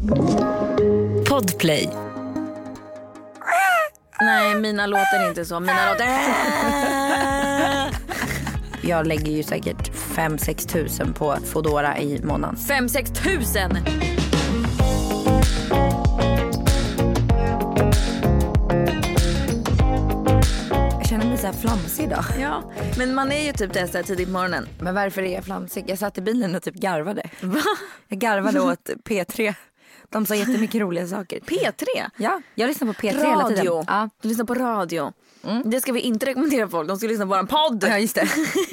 Podplay. Nej, mina låter inte så. Mina låter... Jag lägger ju säkert 5-6 tusen på Foodora i månaden. 5-6 tusen! Jag känner mig så här flamsig idag. Ja, men man är ju typ det så här tidigt på morgonen. Men varför är jag flamsig? Jag satt i bilen och typ garvade. Va? Jag garvade åt P3. De sa jättemycket roliga saker. P3? Ja, jag lyssnar på P3 hela tiden. Radio. Ja. Du lyssnar på radio. Det ska vi inte rekommendera folk. De ska lyssna på våran podd. Ja, just det.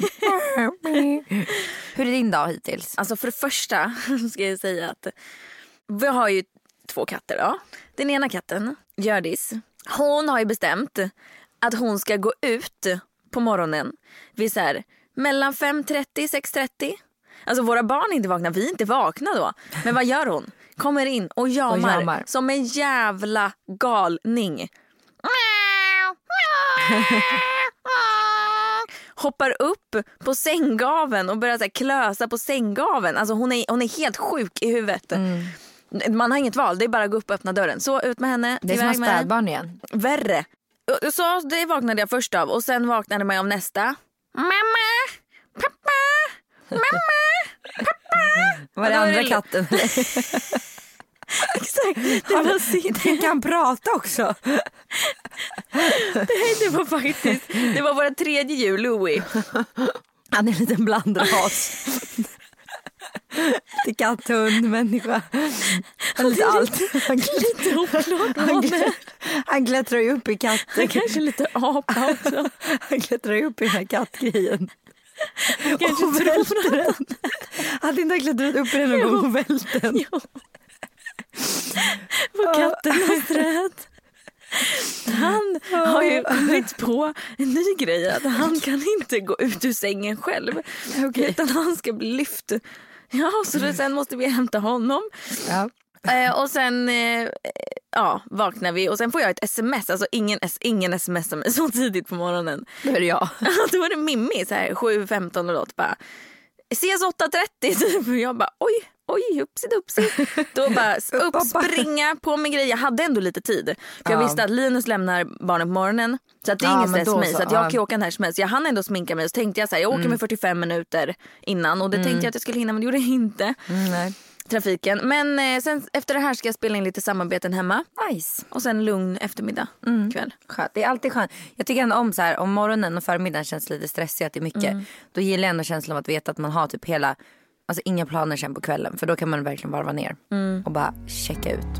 Hur är din dag hittills? Alltså för det första ska jag säga att vi har ju 2 katter då. Den ena katten, Gördis, hon har ju bestämt att hon ska gå ut på morgonen vid så här, mellan 5:30 6:30. Alltså våra barn är inte vakna, vi är inte vakna då. Men vad gör hon? Kommer in och jamar som en jävla galning. Hoppar upp på sänggaven och börjar så här klösa på sänggaven. Alltså hon är helt sjuk i huvudet. Man har inget val, det är bara att gå upp och öppna dörren. Så ut med henne. Det är som att spädbarn igen. Värre. Så det vaknade jag först av. Och sen vaknade man av nästa. Mamma, pappa, mamma, pappa. Var det andra katten? Exakt, det var Den kan prata också. Det var faktiskt, det var våra 3:e djur, Louis. Han är en liten blandras. Till katt, hund, människa. Han är lite allt. Lite oklart. Han klättrar ju upp i katten. Kanske lite apa också. Han klättrar ju upp i den här kattgrejen. Kanske och välter den. Han inte har klättrat upp i den någon gång och vält den. På katternas träd. Han har ju kommit på en ny grej att han kan inte gå ut ur sängen själv. Utan han ska bli lyft. Ja, så sen måste vi hämta honom. Ja. Och sen vaknar vi och sen får jag ett sms. Alltså ingen smsar mig så tidigt på morgonen. Då är det jag. Då var det Mimmi så här 7:15 och låt bara ses 8:30 typ. Och jag bara oj, upsi. Då bara upp, springa på med grejer. Jag hade ändå lite tid. För jag visste att Linus lämnar barnen på morgonen. Så att det är ingen stress för mig. Så att jag kan åka när som helst. Jag hann ändå sminka mig. Så tänkte jag så här, jag åker med 45 minuter innan. Och det tänkte jag att jag skulle hinna, men det gjorde jag inte. Nej. Trafiken. Men sen efter det här ska jag spela in lite samarbeten hemma. Nice. Och sen lugn eftermiddag kväll. Skönt. Det är alltid skönt. Jag tycker ändå om så här, om morgonen och förmiddagen känns lite stressigt, att det är mycket. Då gillar jag ändå känslan av att veta att man har typ hela, alltså inga planer sen på kvällen. För då kan man verkligen varva ner och bara checka ut.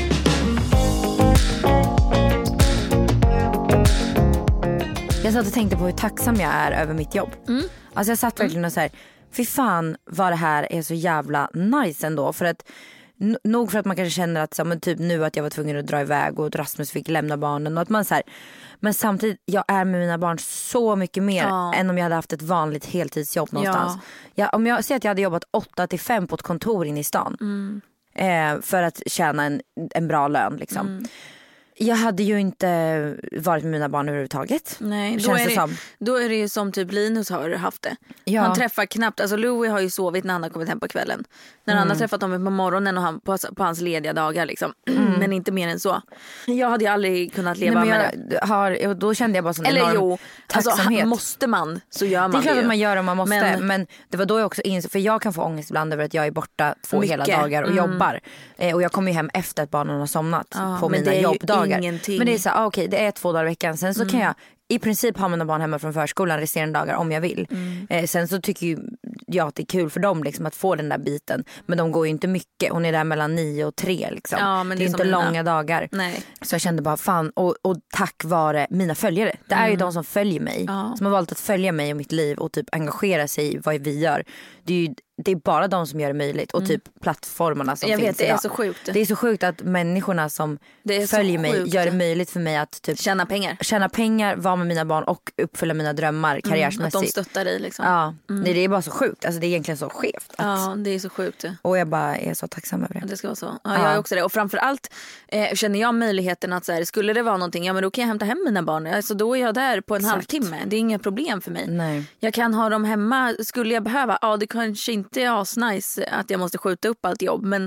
Jag satt och tänkte på hur tacksam jag är över mitt jobb. Alltså jag satt verkligen och så här, fy fan vad det här är så jävla nice ändå. För att nog för att man kanske känner att så, men typ nu att jag var tvungen att dra iväg och att Rasmus fick lämna barnen och att man så här, men samtidigt jag är med mina barn så mycket mer än om jag hade haft ett vanligt heltidsjobb någonstans. Om jag säger att jag hade jobbat 8-5 på ett kontor inne i stan för att tjäna en bra lön liksom. Jag hade ju inte varit med mina barn överhuvudtaget. Nej, då är det ju som typ Linus har haft det. Ja. Han träffar knappt, alltså Louis har ju sovit när han har kommit hem på kvällen. När han har träffat dem på morgonen och han, på hans lediga dagar liksom. Men inte mer än så. Jag hade ju aldrig kunnat leva med det. Och då kände jag bara sån enorm tacksamhet. Alltså, måste man så gör man det. Det är klart att man gör om man måste. Men det var då jag också insåg, för jag kan få ångest ibland över att jag är borta 2 hela dagar och jobbar. Och jag kommer ju hem efter att barnen har somnat på mina jobbdagar. Ingenting. Men det är så här, okej, det är 2 dagar i veckan. Sen så kan jag i princip ha mina barn hemma från förskolan resterande dagar om jag vill. Sen så tycker ju jag att det är kul för dem liksom, att få den där biten. Men de går ju inte mycket. Hon är där mellan 9 och 3 liksom. Ja, men det är inte långa dagar. Nej. Så jag kände bara fan, och tack vare mina följare. Det är ju de som följer mig. Som har valt att följa mig och mitt liv och typ engagera sig i vad vi gör. Det är bara de som gör det möjligt. Och typ plattformarna som finns idag. Det är så sjukt. Det är så sjukt att människorna som följer mig gör det möjligt för mig att typ tjäna pengar, vara med mina barn och uppfylla mina drömmar karriärsmässigt. Att de stöttar dig liksom. Ja, det är bara så sjukt. Alltså det är egentligen så skevt. Ja, det är så sjukt. Och jag bara är så tacksam över det. Det ska vara så. Ja, jag är också det. Och framförallt känner jag möjligheten att så här, skulle det vara någonting, ja men då kan jag hämta hem mina barn. Alltså då är jag där på en halvtimme. Det är inga problem för mig. Nej. Jag kan ha dem hemma, skulle jag behöva. Ja, det kanske inte är asnice att jag måste skjuta upp allt jobb, men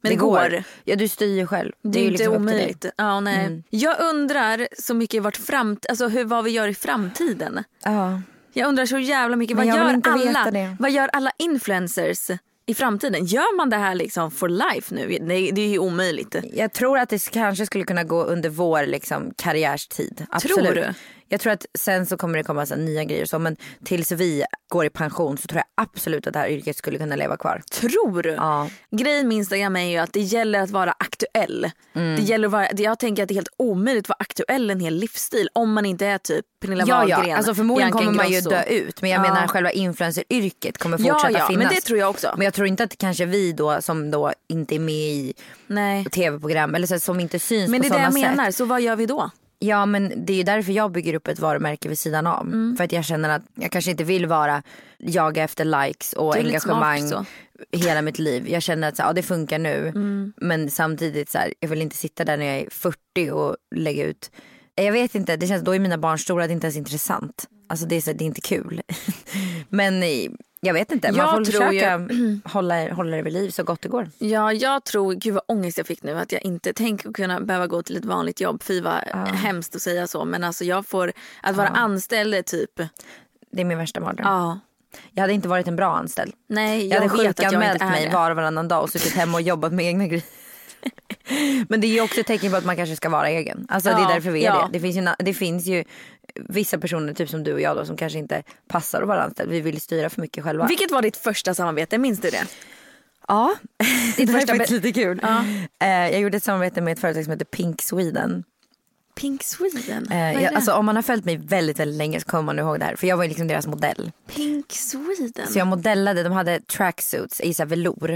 Men det går. Ja, du styr ju själv. Det är inte liksom omöjligt. Ja, nej. Jag undrar så mycket vad vi gör i framtiden. Ja. Jag undrar så jävla mycket. Vad gör alla influencers i framtiden? Gör man det här liksom for life nu? Det är ju omöjligt. Jag tror att det kanske skulle kunna gå under vår liksom karriärstid. Absolut. Tror du? Jag tror att sen så kommer det komma så nya grejer och så, men tills vi går i pension så tror jag absolut att det här yrket skulle kunna leva kvar. Tror du? Ja. Grejen med Instagram är ju att det gäller att vara aktuell. Det gäller att vara, jag tänker att det är helt omöjligt att vara aktuell en hel livsstil om man inte är typ Pernilla Wahlgren. Ja, alltså förmodligen kommer man ju dö ut, men jag menar själva influenceryrket kommer fortsätta finnas. Men det tror jag också. Men jag tror inte att kanske vi då som då inte är med i tv-program eller så, som inte syns men på sådana sätt. Men det är det jag menar, så vad gör vi då? Ja, men det är ju därför jag bygger upp ett varumärke vid sidan av. För att jag känner att jag kanske inte vill jaga efter likes och engagemang hela mitt liv. Jag känner att det funkar nu. Men samtidigt så här, jag vill inte sitta där när jag är 40 och lägga ut. Jag vet inte, det känns då är mina barn stora, det är inte ens intressant. Alltså det är inte kul. Men jag vet inte, man får försöka hålla det vid liv så gott det går. Ja, jag tror, gud vad ångest jag fick nu att jag inte tänker kunna behöva gå till ett vanligt jobb. Fy vad hemskt att säga så, men alltså jag får att vara anställd typ. Det är min värsta mardröm. Ja. Jag hade inte varit en bra anställd. Nej, jag hade sjukanmält mig var och varannan dag och suttit hemma och jobbat med egna grejer. Men det är ju också ett tecken på att man kanske ska vara egen. Alltså det är därför vi är det. Det finns ju vissa personer typ som du och jag då, som kanske inte passar att vara anställd. Vi vill styra för mycket själva. Vilket var ditt första samarbete? Minns du det? Ja, det var faktiskt lite kul. Jag gjorde ett samarbete med ett företag som heter Pink Sweden. Pink Sweden? Alltså om man har följt mig väldigt, väldigt länge så kommer man ihåg det här. För jag var ju liksom deras modell. Pink Sweden? Så jag modellade, de hade tracksuits i så här velour.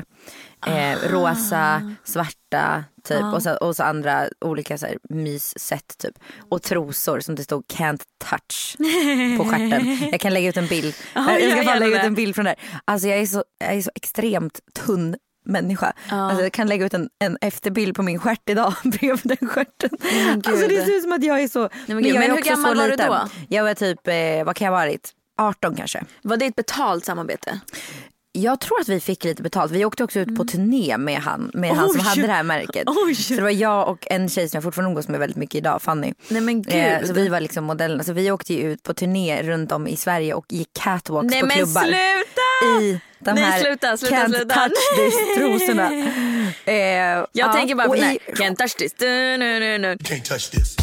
Rosa, svarta typ. Och så andra olika så här myssätt typ. Och trosor som det stod can't touch på stjärten. Jag kan lägga ut en bild. Jag ska bara lägga ut en bild från där. Alltså jag är så extremt tunn människa. Alltså jag kan lägga ut en efterbild på min stjärt idag bredvid den stjärten. Alltså det ser ut som att jag är så. Men hur gammal var du då? Jag var typ, vad kan jag ha varit? 18 kanske. Var det ett betalt samarbete? Jag tror att vi fick lite betalt. Vi åkte också ut på turné med han som hade det här märket. Så det var jag och en tjej som jag fortfarande umgås med väldigt mycket idag, Fanny. Nej men gud. Så vi var liksom modellerna. Så vi åkte ju ut på turné runt om i Sverige och gick catwalks på klubbar. Nej men sluta! I de här sluta. Can't touch this trosorna. Jag tänker bara på den här can't touch this. Can't touch this.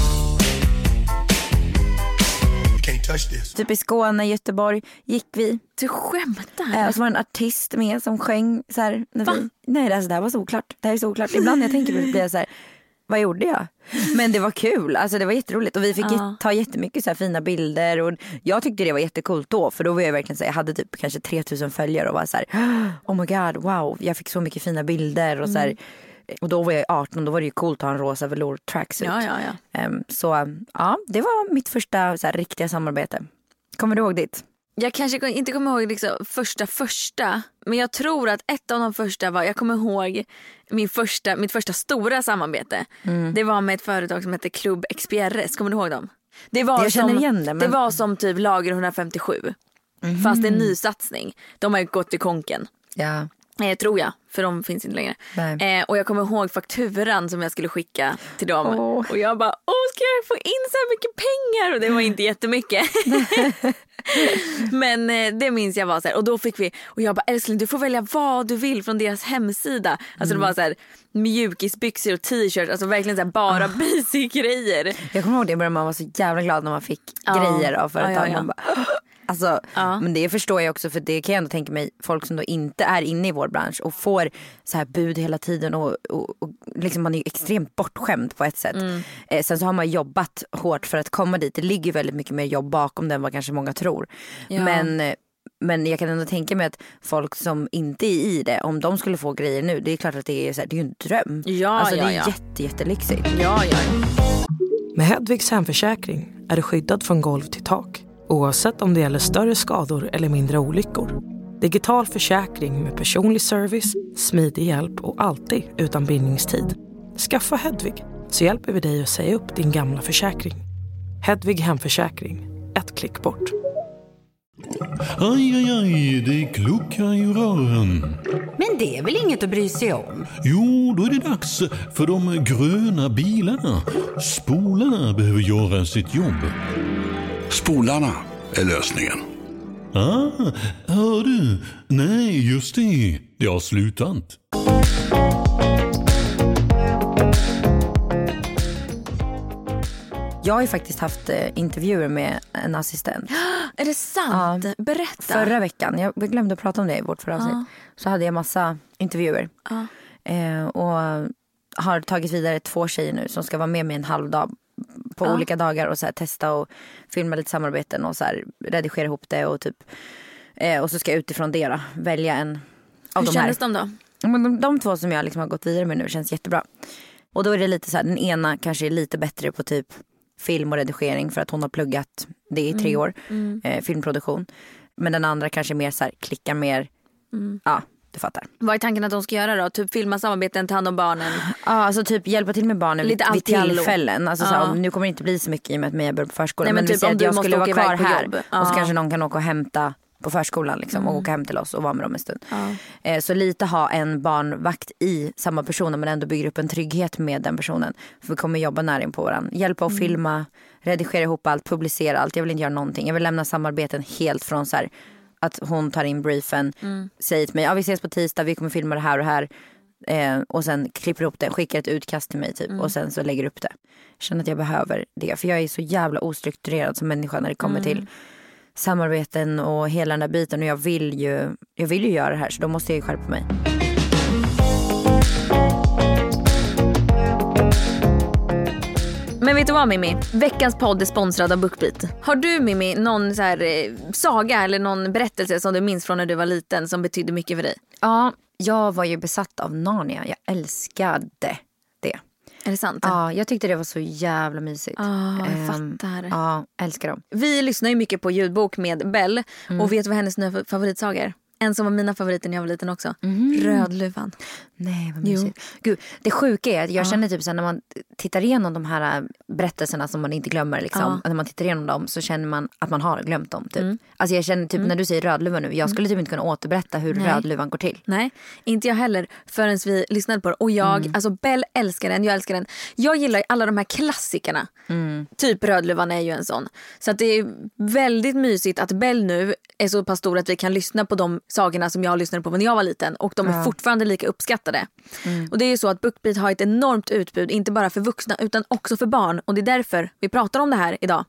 Typ i Skåne, Göteborg gick vi. Du skämtar? Och så var en artist med som sjöng så här, nej det här var så oklart. Det här är så oklart. Ibland när jag tänker på det blir jag så här, vad gjorde jag? Men det var kul, alltså det var jätteroligt. Och vi fick ta jättemycket så här fina bilder. Och jag tyckte det var jättekult då. För då var jag verkligen så här, jag hade typ kanske 3000 följare och var så här, oh my god, wow. Jag fick så mycket fina bilder och så här. Och då var jag 18, då var det ju coolt att ha en rosa velour tracksuit. Så ja, det var mitt första så här, riktiga samarbete. Kommer du ihåg ditt? Jag kanske inte kommer ihåg liksom första, men jag tror att ett av de första var, jag kommer ihåg mitt första stora samarbete. Det var med ett företag som hette Club Expierres, kommer du ihåg dem? Det var det var som typ Lager 157. Fast det är en ny satsning. De har ju gått i konken. Ja. Tror jag, för de finns inte längre. Och jag kommer ihåg fakturan som jag skulle skicka till dem. Och jag bara, ska jag få in så här mycket pengar? Och det var inte jättemycket. Men det minns jag var så här. Och då fick vi, och jag bara, älskling du får välja vad du vill från deras hemsida. Alltså det var så här mjukisbyxor och t-shirts. Alltså verkligen så här bara basic grejer. Jag kommer ihåg det, man var så jävla glad när man fick grejer av företag. Man bara, alltså, men det förstår jag också, för det kan jag ändå tänka mig, folk som då inte är inne i vår bransch och får så här bud hela tiden och liksom man är ju extremt bortskämd på ett sätt. Sen så har man jobbat hårt för att komma dit. Det ligger väldigt mycket mer jobb bakom det än vad kanske många tror. Men jag kan ändå tänka mig att folk som inte är i det, om de skulle få grejer nu, det är klart att det är så här, det är ju en dröm. Alltså det är jättelyxigt. Med Hedvigs hemförsäkring är du skyddad från golv till tak, oavsett om det gäller större skador eller mindre olyckor. Digital försäkring med personlig service, smidig hjälp och alltid utan bindningstid. Skaffa Hedvig så hjälper vi dig att säga upp din gamla försäkring. Hedvig hemförsäkring, ett klick bort. Aj, det kluckar i rören. Men det är väl inget att bry sig om? Jo, då är det dags för de gröna bilarna. Spolarna behöver göra sitt jobb. Spolarna är lösningen. Hör du? Nej, just det. Det har slutat. Jag har ju faktiskt haft intervjuer med en assistent. Är det sant? Ja. Berätta. Förra veckan, jag glömde prata om det i vårt förra avsnitt. Så hade jag massa intervjuer. Och har tagit vidare 2 tjejer nu som ska vara med mig en halv dag på olika dagar och så här, testa och filma lite samarbeten och så här, redigera ihop det och typ och så ska jag utifrån det då välja en av Hur de här. kändes de då? Men de 2 som jag liksom har gått vidare med nu känns jättebra. Och då är det lite så här, den ena kanske är lite bättre på typ film och redigering för att hon har pluggat det i 3 år, filmproduktion. Men den andra kanske mer så här, klickar mer, ja, du fattar. Vad är tanken att de ska göra då? Typ filma samarbeten, ta hand om barnen? Ja, alltså typ hjälpa till med barnen Lite vid allt i allo. tillfällen. Alltså, så här, nu kommer det inte bli så mycket i och med att Mia börjar på förskolan. Nej, men vi typ säger om att du jag måste skulle vara åka kvar iväg på här jobb. och så kanske någon kan åka och hämta på förskolan liksom, och åka hem till oss och vara med dem en stund. Så lite ha en barnvakt i samma person men ändå bygger upp en trygghet med den personen. För vi kommer jobba nära in på varandra. Hjälpa att filma, redigera ihop allt, publicera allt. Jag vill inte göra någonting. Jag vill lämna samarbeten helt från så här, att hon tar in briefen, säger till mig, vi ses på tisdag, vi kommer filma det här och det här. Och sen klipper upp det, skickar ett utkast till mig typ, och sen så lägger upp det. Jag känner att jag behöver det, för jag är så jävla ostrukturerad som människa när det kommer till samarbeten och hela den där biten, och jag vill ju göra det här, så då måste jag ju skärpa mig. Men vet du vad, Mimmi? Veckans podd är sponsrad av BookBeat. Har du, Mimmi, någon så här, saga eller någon berättelse som du minns från när du var liten som betydde mycket för dig? Ja, jag var ju besatt av Narnia. Jag älskade det. Är det sant? Ja, jag tyckte det var så jävla mysigt. Jag fattar. Ja, älskar dem. Vi lyssnar ju mycket på ljudbok med Belle. Och vet du vad hennes nya favoritsaga är? En som var mina favoriter när jag var liten också. Rödluvan. Nej, vad mysigt. Gud, det sjuka är att jag känner typ så när man tittar igenom de här berättelserna som man inte glömmer liksom, när man tittar igenom dem så känner man att man har glömt dem typ. Alltså jag känner typ när du säger Rödluvan nu, jag skulle typ inte kunna återberätta hur Rödluvan går till. Nej, inte jag heller förrän vi lyssnade på det. Och jag, alltså Belle älskar den, jag älskar den. Jag gillar ju alla de här klassikerna. Typ Rödluvan är ju en sån. Så att det är väldigt mysigt att Belle nu är så pass stor att vi kan lyssna på de sagorna som jag lyssnade på när jag var liten. Och de är fortfarande lika uppskattade. Och det är ju så att BookBeat har ett enormt utbud, inte bara för vuxna utan också för barn. Och det är därför vi pratar om det här idag.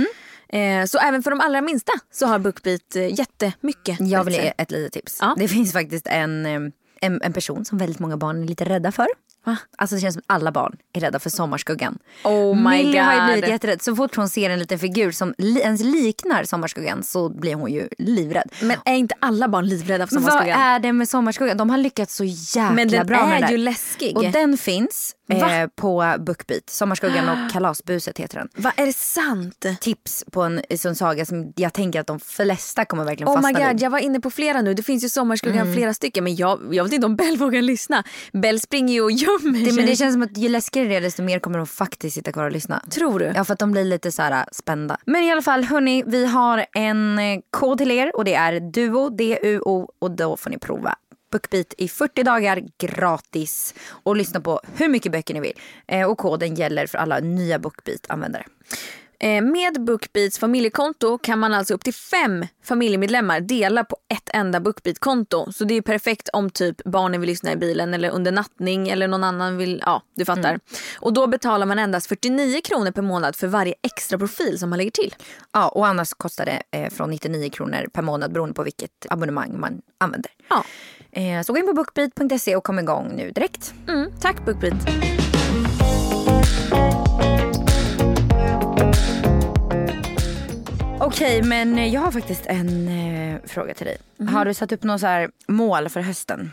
Så även för de allra minsta så har BookBeat jättemycket. Jag vill ge ett litet tips. Det finns faktiskt en person som väldigt många barn är lite rädda för. Va? Alltså det känns som att alla barn är rädda för Sommarskuggan. Oh my Millie God. har ju blivit jätterädd. Så fort hon ser en liten figur som ens liknar Sommarskuggan så blir hon ju livrädd. Men är inte alla barn livrädda för Sommarskuggan? Vad är det med Sommarskuggan? De har lyckats så jäkla bra med det där. Men den är ju läskig. Och den finns på BookBeat. Sommarskuggan och kalasbuset heter den. Vad är det sant? Tips på en sån saga som jag tänker att de flesta kommer verkligen fastna vid. Oh my God, jag var inne på flera nu. Det finns ju Sommarskuggan flera stycken. Men jag vet inte om Belle vågar lyssna. Belle springer ju och gömmer sig. Men det känns som att ju läskigare det är desto mer kommer de faktiskt sitta kvar och lyssna. Tror du? Ja, för att de blir lite så här spända. Men i alla fall, hörni, vi har en kod till er och det är DUO, DUO, och då får ni prova BookBeat i 40 dagar gratis och lyssna på hur mycket böcker ni vill. Och koden gäller för alla nya BookBeat-användare. Med BookBeats familjekonto kan man alltså upp till 5 familjemedlemmar dela på ett enda BookBeat-konto. Så det är perfekt om typ barnen vill lyssna i bilen eller under nattning eller någon annan vill, ja du fattar. Och då betalar man endast 49 kronor per månad för varje extra profil som man lägger till. Ja, och annars kostar det från 99 kronor per månad beroende på vilket abonnemang man använder. Ja. Så gå in på bookbeat.se och kom igång nu direkt. Tack BookBeat. Okej, men jag har faktiskt en fråga till dig. Har du satt upp något så här mål för hösten?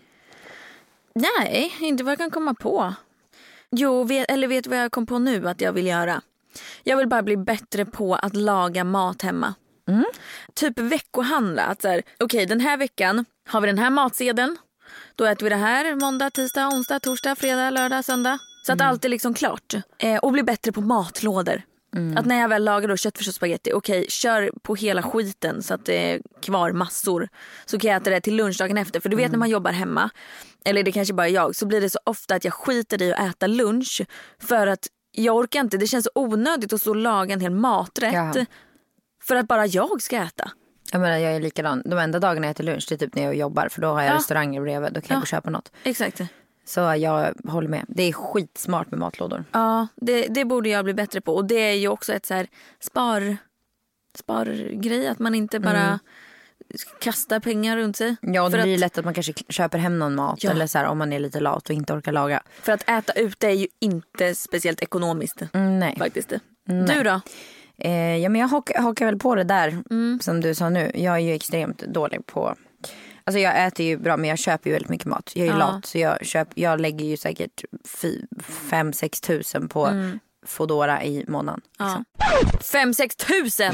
Nej, inte vad jag kan komma på. Jo, vet du vad jag kom på nu att jag vill göra? Jag vill bara bli bättre på att laga mat hemma. Typ veckohandla. Att så här, okej, den här veckan har vi den här matsedeln. Då äter vi det här måndag, tisdag, onsdag, torsdag, fredag, lördag, söndag. Så att allt är liksom klart. Och bli bättre på matlådor. Att när jag väl lagar då köttfärs och spagetti, okej, kör på hela skiten så att det är kvar massor. Så kan jag äta det till lunchdagen efter. För du vet när man jobbar hemma, eller det kanske bara är jag, så blir det så ofta att jag skiter i att äta lunch. För att jag orkar inte, det känns så onödigt att stå och laga en hel maträtt för att bara jag ska äta. Jag menar, jag är likadan. De enda dagarna jag äter lunch, det är typ när jag jobbar. För då har jag restauranger bredvid, då kan jag gå och köpa något. Exakt. Så jag håller med. Det är skitsmart med matlådor. Ja, det borde jag bli bättre på. Och det är ju också ett så här spargrej. Att man inte bara kastar pengar runt sig. Ja, och det blir lätt att man kanske köper hem någon mat. Ja. Eller så här, om man är lite lat och inte orkar laga. För att äta ute är ju inte speciellt ekonomiskt. Nej. Faktiskt. Nej. Du då? Ja, men jag hakar väl på det där som du sa nu. Jag är ju extremt dålig på... Alltså jag äter ju bra, men jag köper ju väldigt mycket mat. Jag är ju lat, så jag lägger ju säkert 5-6 tusen på Foodora i månaden. Ja. 5-6 tusen!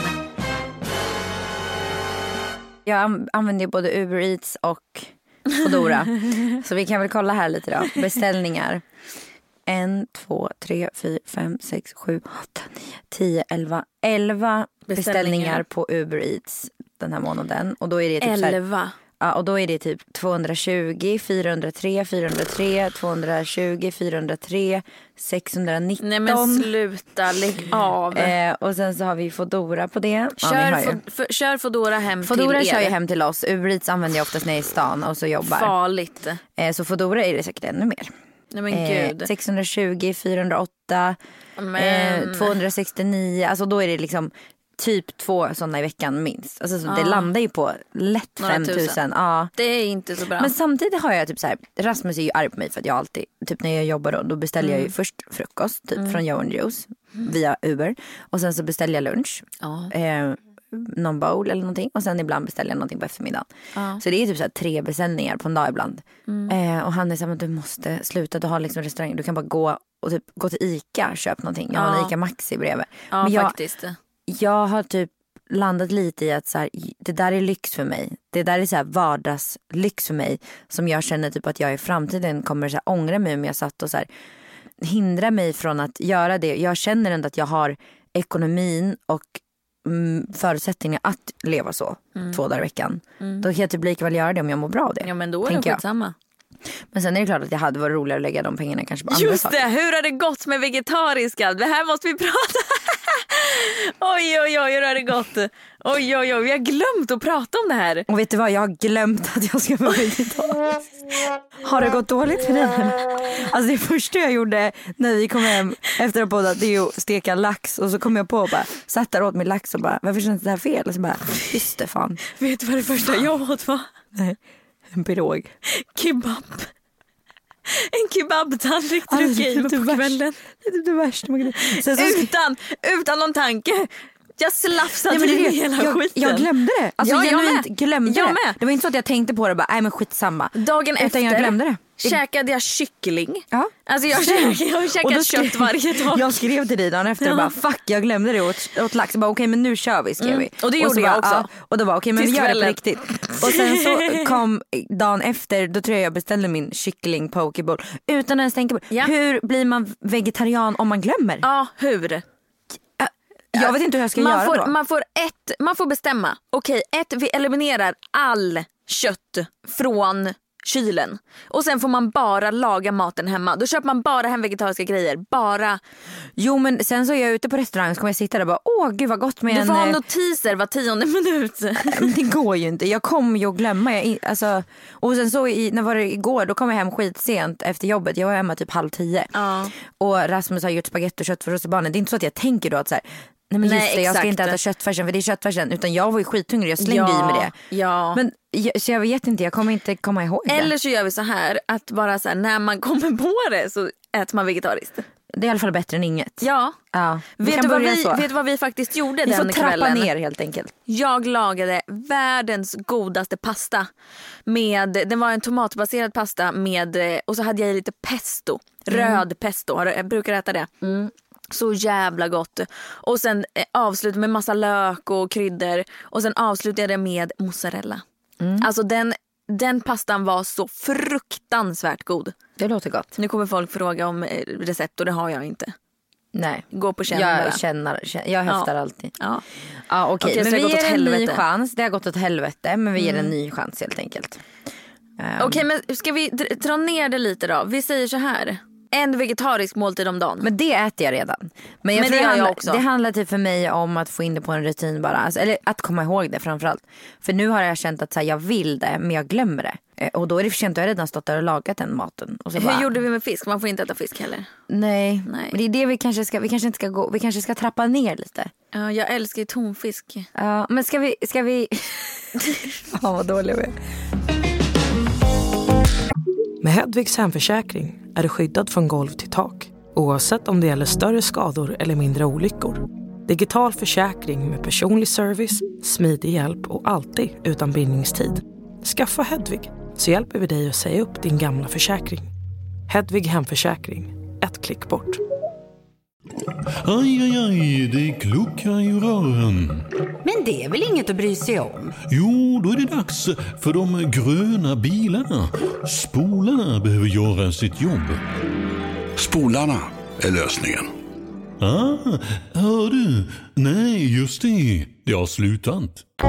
Jag använder ju både Uber Eats och Foodora. Så vi kan väl kolla här lite då. Beställningar. 1, 2, 3, 4, 5, 6, 7, 8, 9, 10, 11 beställningar på Uber Eats den här månaden. Och då är det typ 11? Ja, och då är det typ 220, 403, 403, 220, 403, 619. Nej men sluta, lägg av. Och sen så har vi Foodora på det. Kör Foodora hem Foodora till er. Foodora kör ju hem till oss. Uber Eats använder jag oftast när jag är i stan och så jobbar. Farligt. Så Foodora är det säkert ännu mer. Nej men gud. 620, 408, 269. Alltså då är det liksom... Typ 2 sådana i veckan minst. Alltså, det landar ju på lätt 5 000. Ja. Det är inte så bra. Men samtidigt har jag typ så här, Rasmus är ju arg på mig för att jag alltid, typ när jag jobbar då beställer jag ju först frukost typ från Joe & Juice via Uber. Och sen så beställer jag lunch. Någon bowl eller någonting. Och sen ibland beställer jag någonting på eftermiddagen. Så det är typ så här 3 beställningar på en dag ibland. Och han är så här, du måste sluta, du har liksom restaurang. Du kan bara gå till Ica, köp någonting. Jag har en Ica Maxi bredvid. Ja, men faktiskt. Jag har typ landat lite i att så här, det där är lyx för mig. Det där är så här vardagslyx för mig. Som jag känner typ att jag i framtiden kommer så här ångra mig om jag satt och så här hindra mig från att göra det. Jag känner ändå att jag har ekonomin och förutsättningar att leva så 2 dagar i veckan. Då kan jag typ lika väl göra det om jag mår bra av det. Ja men då är det skitsamma. Men sen är det klart att det hade varit roligare att lägga de pengarna kanske på andra Just saker. det, hur har det gått med vegetariska? Det här måste vi prata. Oj, hur har det gått? Oj, vi har glömt att prata om det här. Och vet du vad, jag har glömt att jag ska vara vegetarisk. Har det gått dåligt för dig? Alltså det första jag gjorde när vi kom hem efter att podda, det är att steka lax. Och så kom jag på och bara satt där åt min lax och bara, varför känns det här fel? Och så bara, just det fan. Vet du vad det första jag åt var? Nej, en pirog. Kebab. En kebabtallrik drog jag i mig på kvällen. Det är det värsta man kan. Utan någon tanke. Jag slafsade i hela skiten. Jag glömde det. Alltså ja, jag glömde jag det. Med. Det var inte så att jag tänkte på det och bara, nej men skitsamma. Dagen utan efter jag glömde det. Käkade jag kyckling. Ja. Alltså jag käkade kött varje dag. Jag skrev till dig dagen efter och bara, fuck jag glömde det åt lax. Okej, men nu kör vi, skrev vi. Och det gjorde jag också. Och då var okej, men vi gör det på riktigt. Och sen så kom dagen efter, då tror jag beställde min kyckling pokeball. Utan att ens tänka på, hur blir man vegetarian om man glömmer? Ja, hur? Jag vet inte hur jag ska göra då. Man får bestämma. Okej, vi eliminerar all kött från kylen. Och sen får man bara laga maten hemma. Då köper man bara hem vegetariska grejer. Bara. Jo men sen så är jag ute på restaurang så kommer jag sitta där och bara, åh gud vad gott med du får ha notiser var 10:e minut. Men det går ju inte. Jag kommer ju att glömma. Och sen så när var det igår, då kom jag hem skitsent efter jobbet. Jag var hemma typ 9:30. Och Rasmus har gjort spagetti och köttfärs för barnen. Det är inte så att jag tänker då att så här, nej men just det, jag ska inte äta köttfärsen för det är köttfärsen. Utan jag var ju skithungrig, jag slängde i med det. Ja. Men så jag vet inte, jag kommer inte komma ihåg det. Eller så gör vi så här, att bara så här, när man kommer på det så äter man vegetariskt. Det är i alla fall bättre än inget. Ja. Vet du vad vi faktiskt gjorde den kvällen? Vi får trappa ner helt enkelt. Jag lagade världens godaste pasta. Den var en tomatbaserad pasta och så hade jag lite pesto. Röd pesto, jag brukar äta det. Så jävla gott. Och sen avslutade med massa lök och kryddor. Och sen avslutade jag med mozzarella. Alltså den pastan var så fruktansvärt god. Det låter gott. Nu kommer folk fråga om recept och det har jag inte. Nej. Gå på känn jag höftar alltid. Ja. Ja, okej. Men vi ger en ny helvete. chans. Det har gått åt helvete, men vi ger en ny chans helt enkelt. Okej, men ska vi dra ner det lite då? Vi säger så här. En vegetarisk måltid om dagen. Men det äter jag redan. Men Men det gör jag också. Det handlar typ för mig om att få in det på en rutin bara. Alltså, eller att komma ihåg det framförallt. För nu har jag känt att så här, jag vill det, men jag glömmer det. Och då är det för sent, jag har redan stått där och lagat den maten. Och så Hur gjorde vi med fisk? Man får inte äta fisk heller. Nej. Men det är det vi kanske ska trappa ner lite. Ja, jag älskar ju tonfisk. Ja, men ska vi... Fan vad dålig vi är. Med Hedvigs hemförsäkring är du skyddad från golv till tak, oavsett om det gäller större skador eller mindre olyckor. Digital försäkring med personlig service, smidig hjälp och alltid utan bindningstid. Skaffa Hedvig så hjälper vi dig att säga upp din gamla försäkring. Hedvig hemförsäkring, ett klick bort. Aj, aj, aj, det kluckar i rören. Men det är väl inget att bry sig om? Jo, då är det dags för de gröna bilarna. Spolarna behöver göra sitt jobb. Spolarna är lösningen. Hör du? Nej, just det. Det har slutat.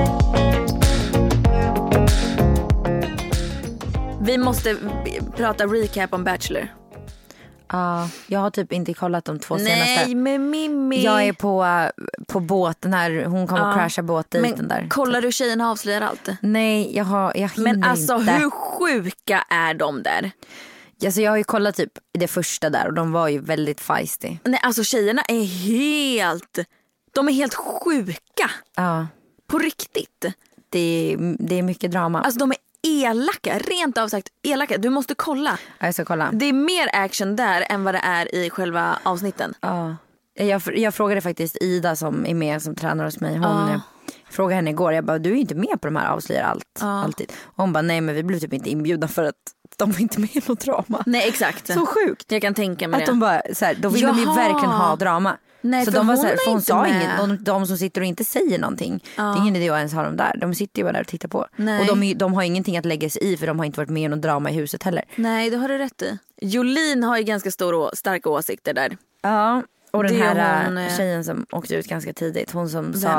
Vi måste prata recap om Bachelor. Ja, jag har typ inte kollat de 2 senaste. Nej, men Mimmi. Jag är på båten här. Hon kommer att crasha båten där. Kollar du tjejerna avslöjar allt? Nej, jag hinner Men alltså inte. hur sjuka är de där? Alltså, jag har ju kollat typ det första där och de var ju väldigt feisty. Nej, alltså tjejerna är helt sjuka. Ja. På riktigt. Det är mycket drama. Alltså de är elaka, rent av sagt elaka. Du måste kolla. Ja, jag ska kolla. Det är mer action där än vad det är i själva avsnitten. Ja. Jag frågade faktiskt Ida som är med, som tränar hos mig. Hon frågade henne igår. Jag bara, du är inte med på de här avslöjar alltid. Och hon bara, nej men vi blev typ inte inbjudna för att de var inte med i något drama. Nej, exakt. Så sjukt. Jag kan tänka mig att de bara, så här, då vill de ju verkligen ha drama. Nej, så för de var hon så här, är för hon inte sa med. inget. De som sitter och inte säger någonting. Det är ingen idé att ens ha dem där. De sitter ju bara där och tittar på. Nej. Och de har ingenting att lägga sig i, för de har inte varit med i någon drama i huset heller. Nej, det har du rätt i. Jolene har ju ganska starka åsikter där. Ja, och den Det här tjejen som åkte ut ganska tidigt. Hon som sa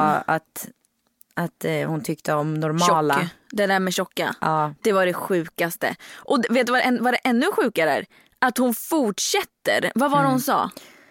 att hon tyckte om normala. Tjock. Det där med tjocka. Ja. Det var det sjukaste. Och vet du vad det ännu sjukare är? Att hon fortsätter. Vad var det hon sa?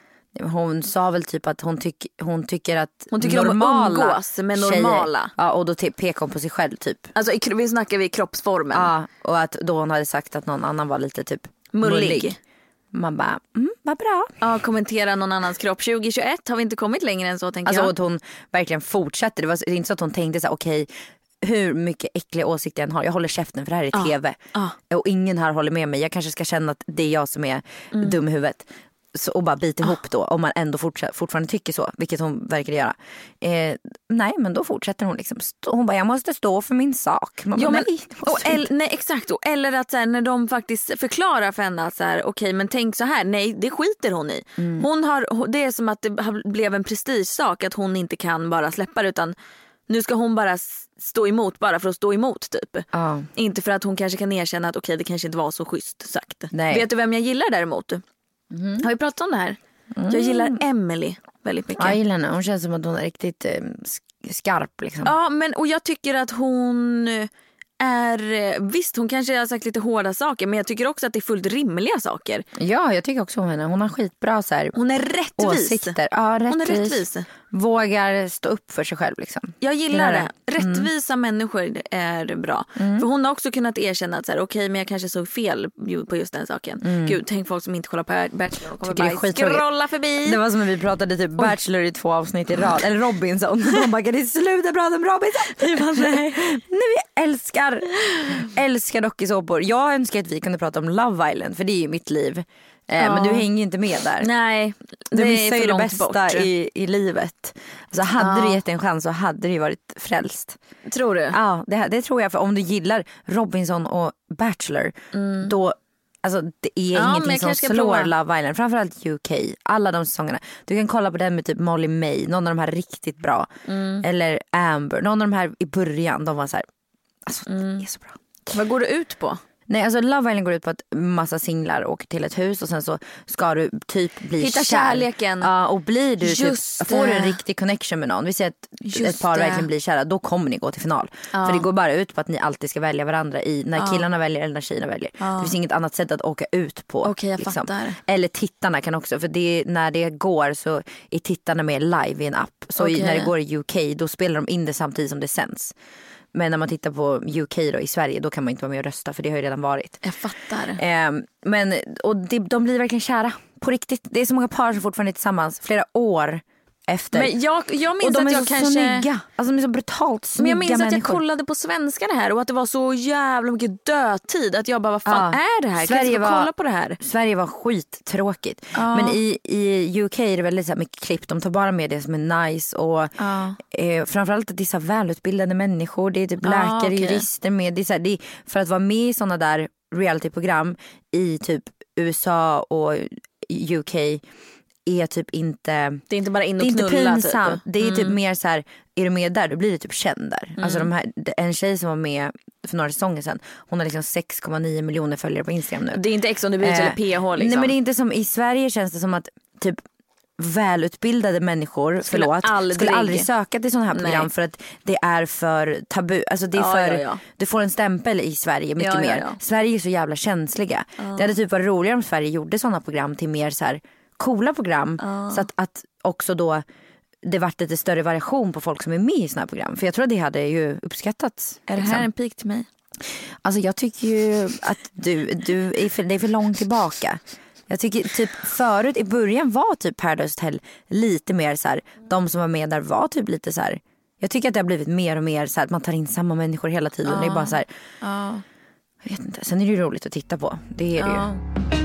Hon sa väl typ att hon tycker att hon tycker normala om att umgås med normala tjejer. Ja, och då pekar hon på sig själv typ. Alltså vi snackar vi kroppsformen. Ja, och att då hon hade sagt att någon annan var lite typ mullig. Man bara, vad bra. Ja, kommentera någon annans kropp. 2021 har vi inte kommit längre än så, tänker jag. Alltså att hon verkligen fortsätter. Det var inte så att hon tänkte så här, okej, hur mycket äckliga åsikter jag än har, jag håller käften för det här är tv. Och ingen här håller med mig. Jag kanske ska känna att det är jag som är dum i huvudet. Så, och bara bita ihop då, om man ändå fortfarande tycker så, vilket hon verkar göra. Nej, men då fortsätter hon liksom. Hon bara, jag måste stå för min sak. Man bara, nej, exakt. Eller att så här, när de faktiskt förklarar för henne att så här, okej, men tänk så här, nej, det skiter hon i. Det är som att det blev en prestigesak att hon inte kan bara släppa det, utan nu ska hon bara stå emot bara för att stå emot typ. Inte för att hon kanske kan erkänna att okej, det kanske inte var så schysst sagt. Nej. Vet du vem jag gillar däremot? Har vi pratat om det här? Jag gillar Emily väldigt mycket. Jag gillar henne. Hon känns som att hon är riktigt skarp liksom. Ja, och jag tycker att hon är, visst hon kanske har sagt lite hårda saker, men jag tycker också att det är fullt rimliga saker. Ja, jag tycker också om henne. Hon har skitbra så här, hon är rättvis. Åsikter. Ja, rättvis. Hon är rättvis. Vågar stå upp för sig själv liksom. Jag gillar det. Rättvisa människor är bra. För hon har också kunnat erkänna att så här, okej, men jag kanske såg fel på just den saken. Gud, tänk folk som inte kollar på Bachelor och kommer bara scrolla förbi. Det var som när vi pratade typ Bachelor i 2 avsnitt i rad. Eller Robinson. De bara, kan det sluta prata om Robinson? Nej, vi älskar dokusåpor. Jag önskar att vi kunde prata om Love Island, för det är ju mitt liv. Men du hänger ju inte med där. Nej, du missar ju det bästa bort i livet. Alltså hade du gett en chans så hade du ju varit frälst. Tror du? Ja, det tror jag. För om du gillar Robinson och Bachelor, då, alltså det är ingenting som slår Love Island. Framförallt UK, alla de säsongerna. Du kan kolla på den med typ Molly May, någon av de här riktigt bra. Eller Amber, någon av de här i början, de var så här, alltså det är så bra. Vad går det ut på? Nej, alltså Love Island går ut på att massa singlar åker till ett hus och sen så ska du typ bli hitta kär. Kärleken. Ja, och blir du typ, får du en det. riktig connection med någon. Vi säger att Just ett par det. verkligen blir kära, då kommer ni gå till final. För det går bara ut på att ni alltid ska välja varandra när killarna väljer eller när tjejerna väljer. Det finns inget annat sätt att åka ut på. Okej, jag fattar. Eller tittarna kan också, för när det går så är tittarna med live i en app. Så när det går i UK då spelar de in det samtidigt som det sänds. Men när man tittar på UK då, i Sverige, då kan man inte vara med och rösta för det har ju redan varit. Jag fattar. De blir verkligen kära på riktigt. Det är så många par som fortfarande är tillsammans flera år efter. Men jag minns och de att är jag så kanske... snygga. Alltså de är så brutalt snygga. Men jag minns att jag människor. kollade på svenska det här och att det var så jävla mycket dödtid. Att jag bara, vad fan är det här? Kan jag kolla på det här? Sverige var skittråkigt. Men i UK är det väldigt så här mycket klipp. De tar bara med det som är nice. Och framförallt att det är så välutbildade människor. Det är typ läkare, jurister med. Det är så här, det är för att vara med i såna där realityprogram i typ USA och UK är typ inte... Det är inte bara in och det är knulla. inte pinsamt. Typ. Det är typ mer så här, är du med där då blir det typ känd där. Alltså en tjej som var med för några säsonger sedan, hon har liksom 6,9 miljoner följare på Instagram nu. Det är inte Ex on the Beach eller PH liksom. Nej, men det är inte som i Sverige, känns det som att typ välutbildade människor skulle aldrig söka till sådana här program. För att det är för tabu. Alltså det är du får en stämpel i Sverige mycket mer. Sverige är så jävla känsliga. Det hade typ varit roligare om Sverige gjorde sådana program till mer så här coola program. Så att också då det vart lite större variation på folk som är med i såna här program. För jag tror att det hade ju uppskattats. Är det här en pik till mig? Alltså jag tycker ju att det är för långt tillbaka. Jag tycker typ förut i början var typ Paradise Hotel lite mer så här, de som var med där var typ lite så här. Jag tycker att det har blivit mer och mer så här, att man tar in samma människor hela tiden. Det är bara så här. Jag vet inte. Sen är det ju roligt att titta på. Det är det ju.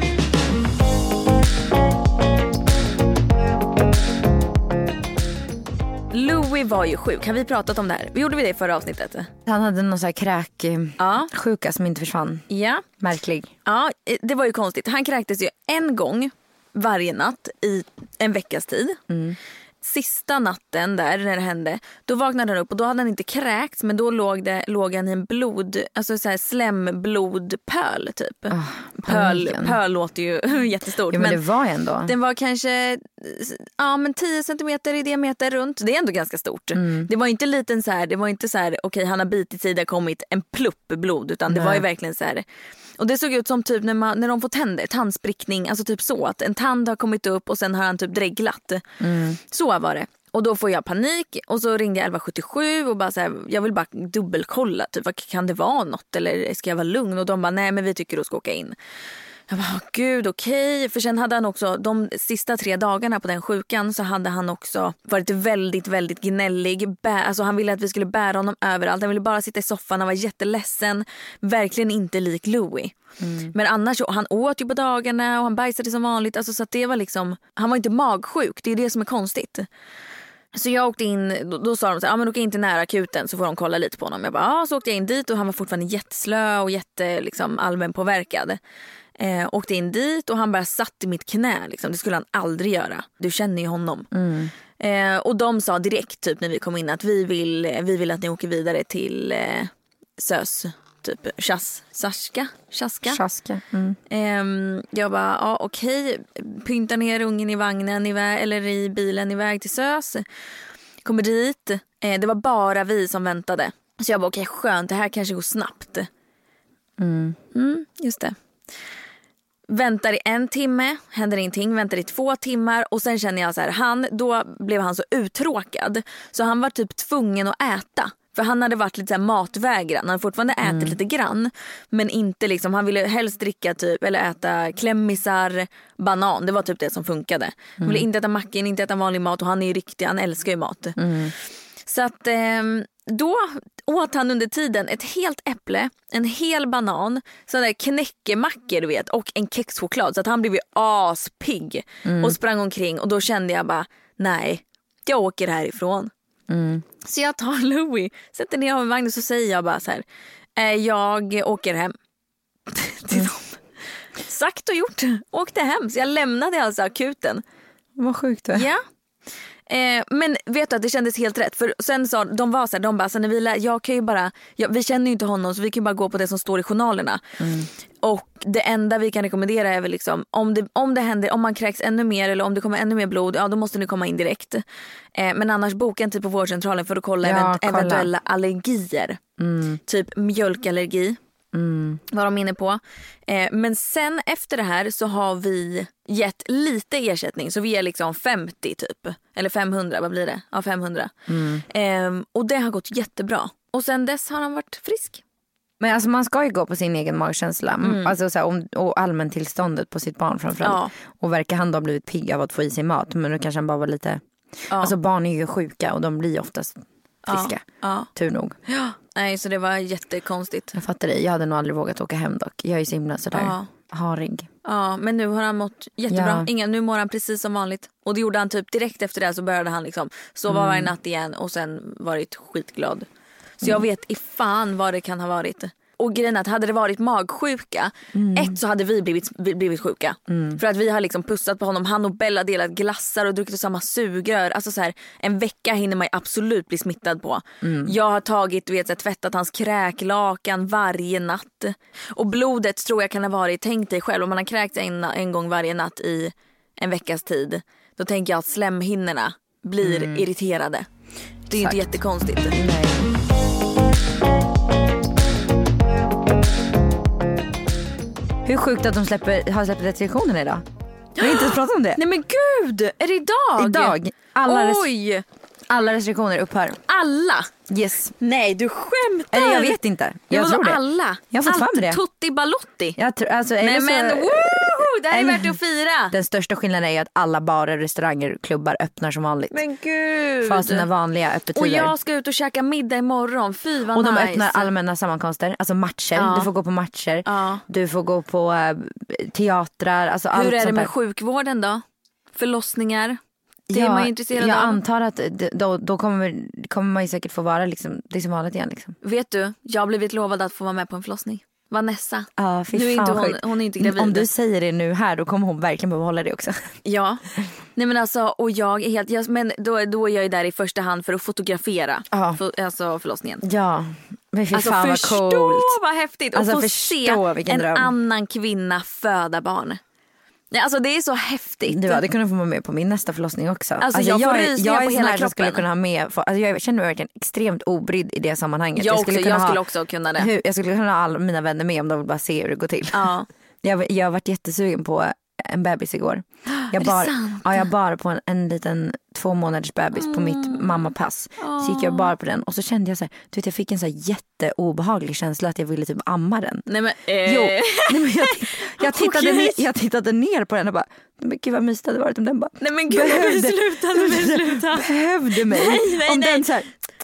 Louis var ju sjuk. Har vi pratat om det här? Gjorde vi det i förra avsnittet? Han hade någon så här kräksjuka som inte försvann. Ja. Märklig. Ja, det var ju konstigt. Han kräktes ju en gång varje natt i en veckas tid. Sista natten där när det hände, då vaknade han upp och då hade han inte kräkts, men då låg han i en alltså så här slemblodpöl typ. Pöl låter ju jättestort. Ja, men det var ändå. Den var kanske 10 centimeter i diameter runt. Det är ändå ganska stort. Det var inte liten så här, det var inte så här okej, han har bitit sig, det har kommit en plupp blod, utan det var ju verkligen så här. Och det såg ut som typ när de får tänder, tandsprickning, alltså typ så att en tand har kommit upp och sen har han typ dreglat. Så var det. Och då får jag panik och så ringde jag 1177 och bara så här, jag vill bara dubbelkolla typ, vad kan det vara något eller ska jag vara lugn? Och de bara, nej men vi tycker du ska åka in. Jag bara, gud okej. För sen hade han också, de sista 3 dagarna på den sjukan så hade han också varit väldigt, väldigt gnällig. Alltså han ville att vi skulle bära honom överallt. Han ville bara sitta i soffan, han var jätteledsen. Verkligen inte lik Louis. Men annars, han åt ju på dagarna och han bajsade som vanligt. Alltså, så att det var liksom, han var inte magsjuk, det är det som är konstigt. Så jag åkte in, då sa de så här, men åka in till nära akuten så får de kolla lite på honom. Jag bara, så åkte jag in dit och han var fortfarande jätteslö och liksom allmän påverkad. Åkte in dit och han bara satt i mitt knä liksom. Det skulle han aldrig göra. Du känner ju honom. Och de sa direkt typ när vi kom in att vi vill att ni åker vidare till SÖS. Typ Chaska. Jag bara, okej. Pynta ner ungen i vagnen eller i bilen iväg till SÖS. Kommer dit. Det var bara vi som väntade. Så jag bara, okej, skönt. Det här kanske går snabbt. Just det. Väntar i 1 timme, händer ingenting, väntar i 2 timmar och sen känner jag så här, då blev han så uttråkad så han var typ tvungen att äta. För han hade varit lite så här matvägran, han hade fortfarande ätit lite grann men inte liksom, han ville helst dricka typ eller äta klämmisar, banan, det var typ det som funkade. Han ville inte äta macken, inte äta vanlig mat och han är ju riktig, han älskar ju mat. Så att då åt han under tiden ett helt äpple, en hel banan, sådana där knäckemackor du vet och en kexchoklad så att han blev ju aspigg och sprang omkring och då kände jag bara, nej, jag åker härifrån. Så jag tar Louis, sätter ner honom i vagnen så säger jag bara så här, jag åker hem till dem. Sagt och gjort, åkte hem. Så jag lämnade alltså akuten. Vad sjukt det. Ja. Men vet du att det kändes helt rätt. För sen sa de var så här, de bara så när jag kan ju bara, vi känner ju inte honom så vi kan ju bara gå på det som står i journalerna. Och det enda vi kan rekommendera är väl liksom om det händer, om man kräks ännu mer eller om det kommer ännu mer blod, då måste ni komma in direkt. Men annars boka en tid på vårdcentralen för att kolla eventuella allergier. Typ mjölkallergi. Var de inne på. Men sen efter det här så har vi gett lite ersättning. Så vi är liksom 50 typ. Eller 500, vad blir det? Ja, 500. Och det har gått jättebra. Och sen dess har han varit frisk. Men alltså man ska ju gå på sin egen magkänsla. Alltså så här, och allmäntillståndet på sitt barn framförallt. Och verkar han då ha blivit pigg av att få i sig mat. Men då kanske han bara var lite... Alltså barn är ju sjuka och de blir oftast friska. Tur nog. Nej, så det var jättekonstigt. Jag fattar det. Jag hade nog aldrig vågat åka hem dock. Jag är så himla sådär harig. Ja, men nu har han mått jättebra. Nu mår han precis som vanligt. Och det gjorde han typ direkt efter det, så började han liksom sova varje natt igen och sen varit skitglad. Så jag vet ifan vad det kan ha varit. Och grejen att hade det varit magsjuka, så hade vi blivit sjuka. För att vi har liksom pussat på honom. Han och Bella delat glassar och druckit samma sugrör. Alltså så här, en vecka hinner man absolut bli smittad på. Jag har tvättat hans kräklakan varje natt. Och blodet tror jag kan ha varit, tänk dig själv, om man har kräkt en gång varje natt i en veckas tid, då tänker jag att slemhinnorna blir irriterade. Det är ju inte jättekonstigt. Nej. Hur sjukt att de har släppt restriktionerna idag. Vi har inte ens pratat om det. Nej men gud, är det idag? Idag. Alla restriktioner upphör. Alla? Yes. Nej, du skämtar. Eller jag vet inte. Jag tror det. Alla. Jag har fått fram det. Tutti Balotti. Alltså, nej men woohoo, det här är värt att fira. Den största skillnaden är att alla barer, restauranger, klubbar öppnar som vanligt. Men gud. Fast sina vanliga öppettider. Och jag ska ut och käka middag imorgon. Fy vad och de nice. öppnar allmänna sammankomster, alltså matcher. Du får gå på matcher. Du får gå på teatrar. Alltså hur allt är det med där. Sjukvården då? Förlossningar? Det är man ju intresserad av. Jag antar att då kommer man ju säkert få vara liksom, det är som vanligt igen liksom. Vet du, jag har blivit lovad att få vara med på en förlossning. Vanessa. Ja, nu är inte hon är inte gravid. Om du säger det nu här, då kommer hon verkligen behöva hålla det också. Ja. Nej men alltså, och jag är helt, men då är jag ju där i första hand för att fotografera alltså förlossningen. Ja. Men alltså fan förstå vad häftigt. Och alltså, få se en annan kvinna föda barn. Nej, alltså det är så häftigt. Du hade kunnat få vara med på min nästa förlossning också. Alltså jag får rysningar på hela kroppen. Skulle kunna ha med, alltså jag känner mig verkligen extremt obrydd i det sammanhanget. Jag skulle också kunna det. Jag skulle kunna ha alla mina vänner med om de vill bara se hur det går till. Ja. Jag har varit jättesugen på en bebis igår. Jag bar på en liten 2 månaders bebis på mitt mammapass. Så gick jag bara på den och så kände jag så här, du vet, jag fick en så här jätteobehaglig känsla att jag ville typ amma den. Nej men men jag tittade ner på den och bara, men gud vad mysigt det hade varit om den bara. Nej men gud, sluta. Behövde mig. Den så här,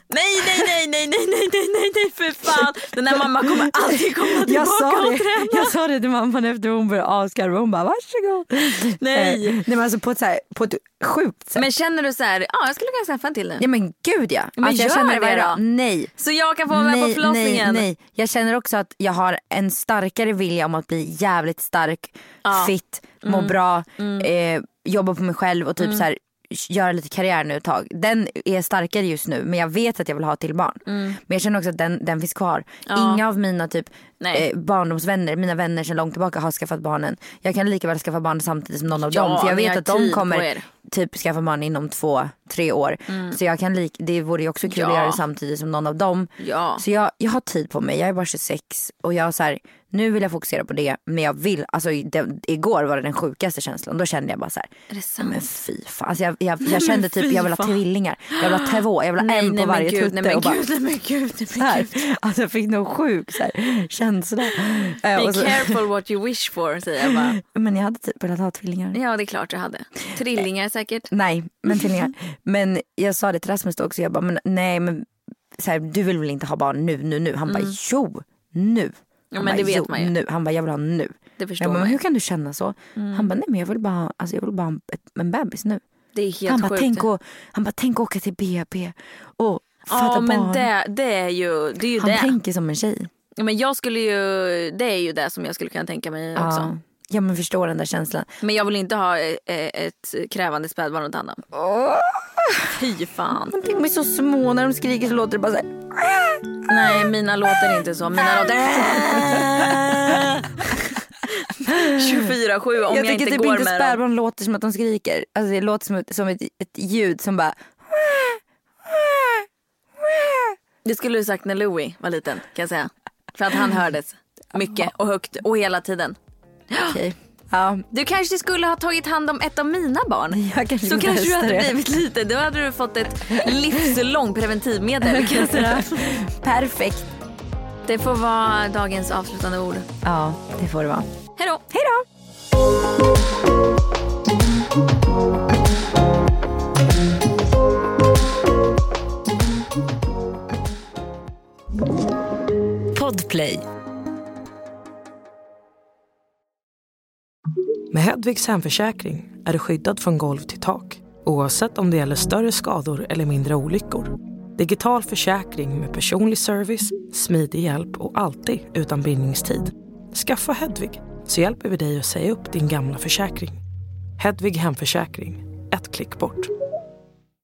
nej för fan. Den här mamma kommer alltid komma tillbaka och träna. Jag sa det till mamman efter hon började avskarva. Hon bara, varsågod. Nej men alltså på ett sjukt sätt. Men känner du så här, jag skulle kunna skaffa en till nu. Ja men gud ja. Men alltså, jag känner det då. Nej. Så jag kan få vara med på förlossningen. Nej. Jag känner också att jag har en starkare vilja om att bli jävligt stark, fit, må bra, jobba på mig själv och typ så här, göra lite karriär nu ett tag. Den är starkare just nu, men jag vet att jag vill ha till barn. Men jag känner också att den finns kvar. Inga av mina typ barndomsvänner, mina vänner sedan långt tillbaka har skaffat barnen. Jag kan lika väl skaffa barn samtidigt som någon av dem, för jag vet att de kommer typ skaffa barn inom 2-3 år. Så jag kan det vore ju också kul att göra det samtidigt som någon av dem. Så jag har tid på mig. Jag är bara 26 och jag så här, nu vill jag fokusera på det, men jag vill, alltså igår var det den sjukaste känslan. Då kände jag bara så här, är det sant? Men fy fan, alltså jag kände typ jag vill ha tvillingar. Jag vill ha två, jag vill ha en på varje tutte. Nej men gud. Alltså jag fick nog sjuk så här känsla. Be careful what you wish for, säger jag bara. Men jag hade typ velat ha tvillingar. Ja, det är klart jag hade. Trillingar säkert. Nej, men tvillingar. Men jag sa det till Rasmus också, jag bara, men nej men så här, du vill väl inte ha barn nu. Han bara, jo, nu. Ja, men det vet man ju. Nu. Han bara, jag vill ha nu. Det förstår man. Men hur kan du känna så? Han bara, nej men jag vill bara ha en bebis nu. Det är helt sjukt. Han bara, tänk åka till BB och fatta men barn. det är ju det. Han tänker som en tjej. Ja, men det är ju det som jag skulle kunna tänka mig också. Ja men förstår den där känslan. Men jag vill inte ha ett krävande spädbarn åt honom. Fy fan. De är så små, när de skriker så låter det bara så här. Nej, mina låter inte så. Mina låter 24/7 om jag inte typ går inte med spädbarn låter som att de skriker. Alltså det låter som ett ljud som bara. Det skulle du sagt när Louis var liten, kan jag säga. För att han hördes mycket och högt och hela tiden. Okej. Ja. Du kanske skulle ha tagit hand om ett av mina barn. Så kanske du hade blivit lite. Då hade du fått ett livslång preventivmedel, kan jag säga. Perfekt. Det får vara dagens avslutande ord. Ja, det får det vara. Hej då. Hej då. Podplay. Med Hedvigs hemförsäkring är du skyddad från golv till tak, oavsett om det gäller större skador eller mindre olyckor. Digital försäkring med personlig service, smidig hjälp och alltid utan bindningstid. Skaffa Hedvig, så hjälper vi dig att säga upp din gamla försäkring. Hedvig hemförsäkring, ett klick bort.